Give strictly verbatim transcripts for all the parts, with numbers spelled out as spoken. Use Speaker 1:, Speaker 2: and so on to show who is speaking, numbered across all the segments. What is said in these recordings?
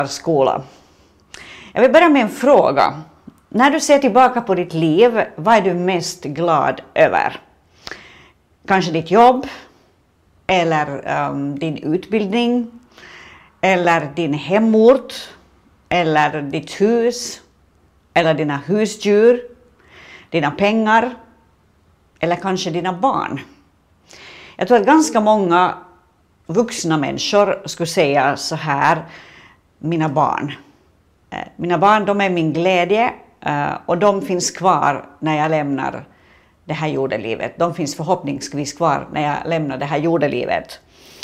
Speaker 1: Skola. Jag vill börja med en fråga. När du ser tillbaka på ditt liv, vad är du mest glad över? Kanske ditt jobb, eller um, din utbildning, eller din hemort, eller ditt hus, eller dina husdjur, dina pengar, eller kanske dina barn. Jag tror att ganska många vuxna människor skulle säga så här: mina barn. Mina barn, de är min glädje och de finns kvar när jag lämnar det här jordelivet. De finns förhoppningsvis kvar när jag lämnar det här jordelivet.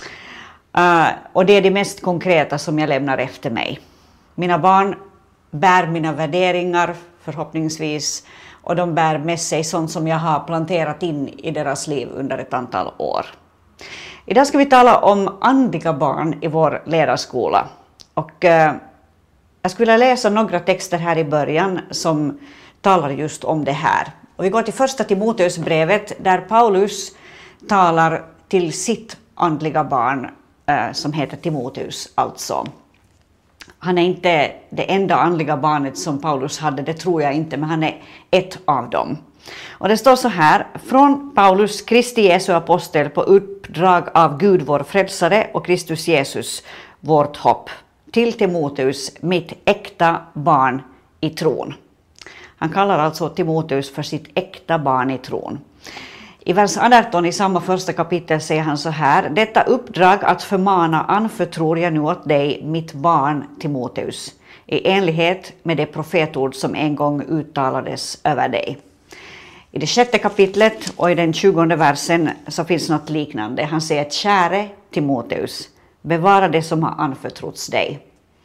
Speaker 1: Och det är det mest konkreta som jag lämnar efter mig. Mina barn bär mina värderingar förhoppningsvis, och de bär med sig sånt som jag har planterat in i deras liv under ett antal år. Idag ska vi tala om andliga barn i vår ledarskola. Och eh, jag skulle vilja läsa några texter här i början som talar just om det här. Och vi går till första Timoteusbrevet där Paulus talar till sitt andliga barn eh, som heter Timoteus alltså. Han är inte det enda andliga barnet som Paulus hade, det tror jag inte, men han är ett av dem. Och det står så här: från Paulus, Kristi Jesu apostel, på uppdrag av Gud vår frälsare och Kristus Jesus vårt hopp, till Timoteus, mitt äkta barn i tron. Han kallar alltså Timoteus för sitt äkta barn i tron. I vers arton i samma första kapitel säger han så här: detta uppdrag att förmana anförtror jag nu åt dig, mitt barn Timoteus, i enlighet med det profetord som en gång uttalades över dig. I det sjätte kapitlet och i den tjugonde versen så finns något liknande. Han säger: käre Timoteus, bevara det som har anförtrotts dig.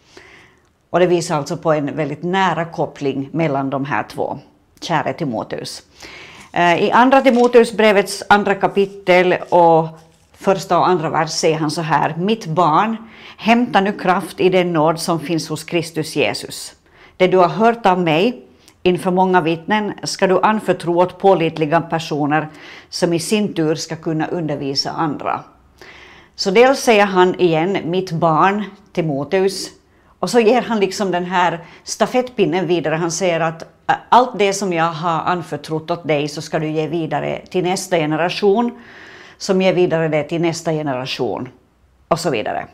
Speaker 1: Och det visar alltså på en väldigt nära koppling mellan de här två. Käre Timoteus. I andra Timoteusbrevets andra kapitel och första och andra vers säger han så här: mitt barn, hämta nu kraft i den nåd som finns hos Kristus Jesus. Det du har hört av mig inför många vittnen ska du anförtro åt pålitliga personer som i sin tur ska kunna undervisa andra. Så dels säger han igen mitt barn Timoteus, och så ger han liksom den här stafettpinnen vidare. Han säger att allt det som jag har anförtrott åt dig så ska du ge vidare till nästa generation, som ger vidare det till nästa generation och så vidare.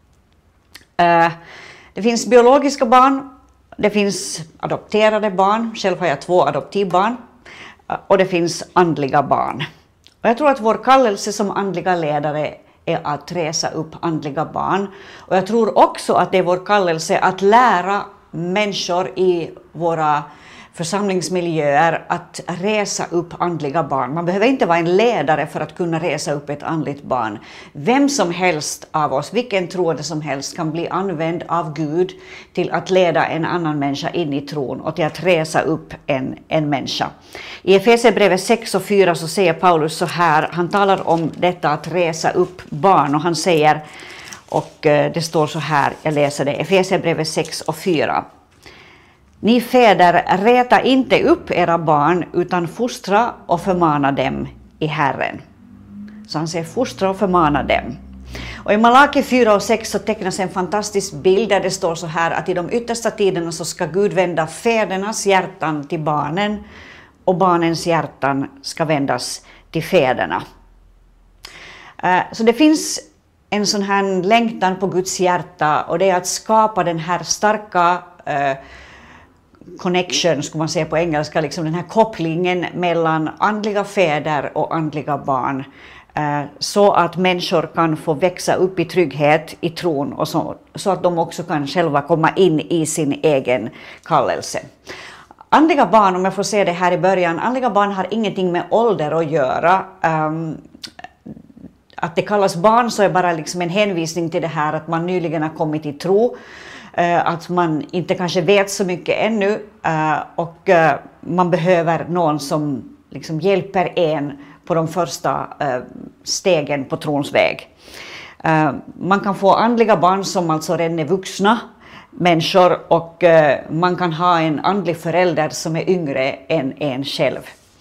Speaker 1: Det finns biologiska barn, det finns adopterade barn, själv har jag två adoptivbarn, och det finns andliga barn. Och jag tror att vår kallelse som andliga ledare är att resa upp andliga barn. Och jag tror också att det är vår kallelse att lära människor i våra församlingsmiljöer att resa upp andliga barn. Man behöver inte vara en ledare för att kunna resa upp ett andligt barn. Vem som helst av oss, vilken troende som helst, kan bli använd av Gud till att leda en annan människa in i tron och till att resa upp en, en människa. I Efesierbrevet sex och fyra så säger Paulus så här, han talar om detta att resa upp barn, och han säger, och det står så här, jag läser det, Efesierbrevet sex och fyra. Ni fäder, reta inte upp era barn utan fostra och förmana dem i Herren. Så han säger fostra och förmana dem. Och i Malaki fyra och sex så tecknas en fantastisk bild där det står så här att i de yttersta tiderna så ska Gud vända fädernas hjärtan till barnen, och barnens hjärtan ska vändas till fäderna. Så det finns en sån här längtan på Guds hjärta, och det är att skapa den här starka connection, skulle man säga på engelska, liksom den här kopplingen mellan andliga fäder och andliga barn, så att människor kan få växa upp i trygghet i tron, och så, så att de också kan själva komma in i sin egen kallelse. Andliga barn, om jag får se det här i början, andliga barn har ingenting med ålder att göra. Um, att det kallas barn så är bara liksom en hänvisning till det här att man nyligen har kommit i tro. Uh, att man inte kanske vet så mycket ännu, uh, och uh, man behöver någon som liksom hjälper en på de första uh, stegen på trons väg. Uh, man kan få andliga barn som alltså redan är vuxna människor, och uh, man kan ha en andlig förälder som är yngre än en själv.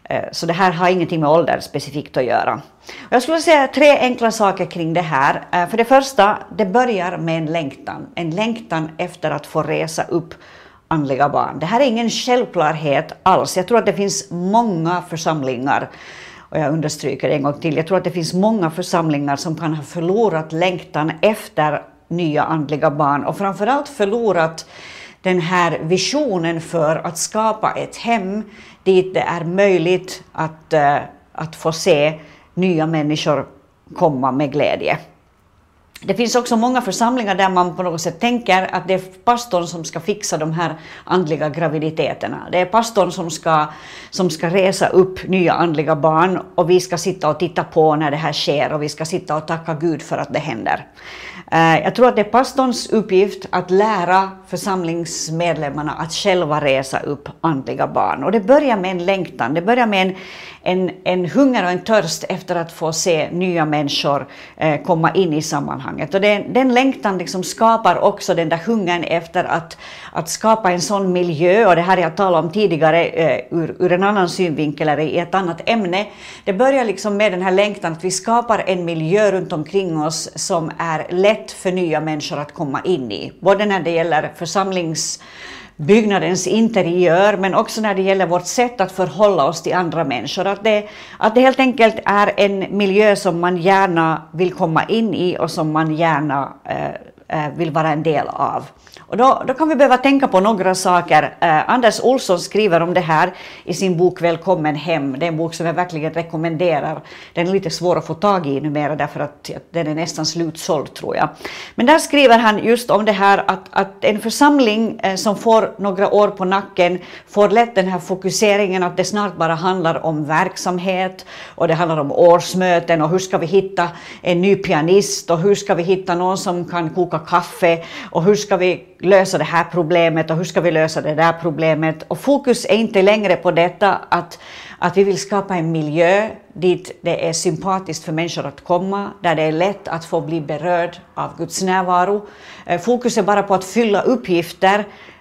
Speaker 1: Så det här har ingenting med ålder specifikt att göra. Jag skulle säga tre enkla saker kring det här. För det första, det börjar med en längtan. En längtan efter att få resa upp andliga barn. Det här är ingen självklarhet alls. Jag tror att det finns många församlingar, och jag understryker det en gång till, jag tror att det finns många församlingar som kan ha förlorat längtan efter nya andliga barn och framförallt förlorat den här visionen för att skapa ett hem dit det är möjligt att, uh, att få se nya människor komma med glädje. Det finns också många församlingar där man på något sätt tänker att det är pastorn som ska fixa de här andliga graviditeterna. Det är pastorn som ska, som ska resa upp nya andliga barn och vi ska sitta och titta på när det här sker och vi ska sitta och tacka Gud för att det händer. Jag tror att det är pastorns uppgift att lära församlingsmedlemmarna att själva resa upp andliga barn. Och det börjar med en längtan, det börjar med en, en, en hunger och en törst efter att få se nya människor eh, komma in i sammanhanget. Och det, den längtan liksom skapar också den där hungern efter att, att skapa en sån miljö, och det här jag talade om tidigare eh, ur, ur en annan synvinkel eller i ett annat ämne. Det börjar liksom med den här längtan att vi skapar en miljö runt omkring oss som är lätt för nya människor att komma in i. Både när det gäller församlingsbyggnadens interiör men också när det gäller vårt sätt att förhålla oss till andra människor. Att det, att det helt enkelt är en miljö som man gärna vill komma in i och som man gärna eh, vill vara en del av. Och då, då kan vi behöva tänka på några saker. Eh, Anders Olsson skriver om det här i sin bok Välkommen hem. Det är en bok som jag verkligen rekommenderar. Den är lite svår att få tag i numera därför att den är nästan slutsåld, tror jag. Men där skriver han just om det här att, att en församling eh, som får några år på nacken får lätt den här fokuseringen att det snart bara handlar om verksamhet och det handlar om årsmöten och hur ska vi hitta en ny pianist och hur ska vi hitta någon som kan koka kaffe och hur ska vi lösa det här problemet och hur ska vi lösa det där problemet. Och fokus är inte längre på detta att, att vi vill skapa en miljö dit det är sympatiskt för människor att komma, där det är lätt att få bli berörd av Guds närvaro. Fokus är bara på att fylla uppgifter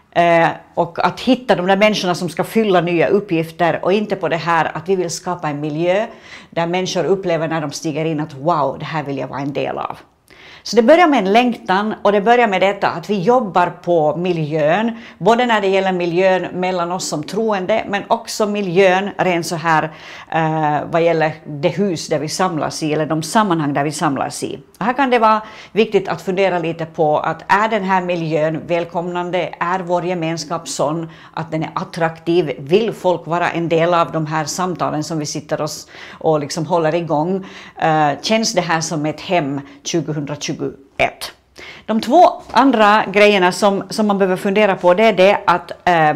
Speaker 1: och att hitta de där människorna som ska fylla nya uppgifter och inte på det här att vi vill skapa en miljö där människor upplever när de stiger in att wow, det här vill jag vara en del av. Så det börjar med en längtan och det börjar med detta att vi jobbar på miljön, både när det gäller miljön mellan oss som troende men också miljön rent så här eh, vad gäller det hus där vi samlas i eller de sammanhang där vi samlas i. Och här kan det vara viktigt att fundera lite på att är den här miljön välkomnande, är vår gemenskap sån att den är attraktiv, vill folk vara en del av de här samtalen som vi sitter oss och liksom håller igång, eh, känns det här som ett hem tjugohundratjugoett? De två andra grejerna som, som man behöver fundera på det är det att eh,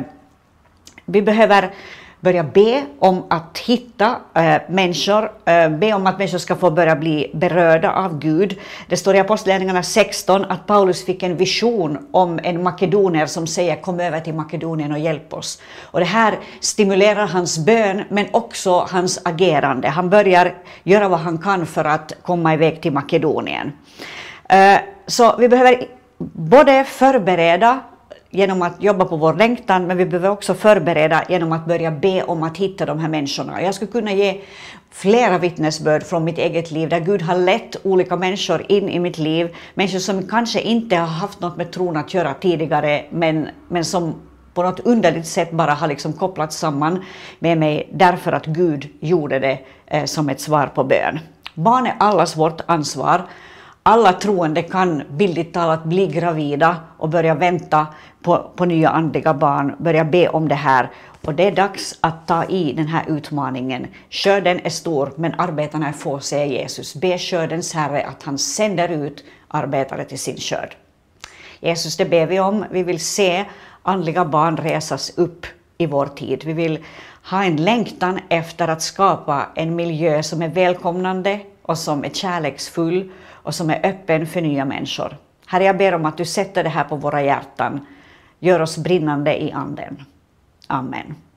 Speaker 1: vi behöver börja be om att hitta äh, människor, äh, be om att människor ska få börja bli berörda av Gud. Det står i Apostlagärningarna sexton att Paulus fick en vision om en makedonier som säger kom över till Makedonien och hjälp oss. Och det här stimulerar hans bön men också hans agerande. Han börjar göra vad han kan för att komma iväg till Makedonien. Äh, så vi behöver både förbereda genom att jobba på vår längtan, men vi behöver också förbereda genom att börja be om att hitta de här människorna. Jag skulle kunna ge flera vittnesbörd från mitt eget liv där Gud har lett olika människor in i mitt liv. Människor som kanske inte har haft något med tron att göra tidigare, men, men som på något underligt sätt bara har liksom kopplats samman med mig därför att Gud gjorde det eh, som ett svar på bön. Barn är allas vårt ansvar. Alla troende kan bildligt talat bli gravida och börja vänta på, på nya andliga barn, börja be om det här. Och det är dags att ta i den här utmaningen. Skörden är stor men arbetarna är få, säger Jesus. Be skördens Herre att han sänder ut arbetare till sin skörd. Jesus, det ber vi om. Vi vill se andliga barn resas upp i vår tid. Vi vill ha en längtan efter att skapa en miljö som är välkomnande och som är kärleksfull och som är öppen för nya människor. Herre, jag ber om att du sätter det här på våra hjärtan. Gör oss brinnande i anden. Amen.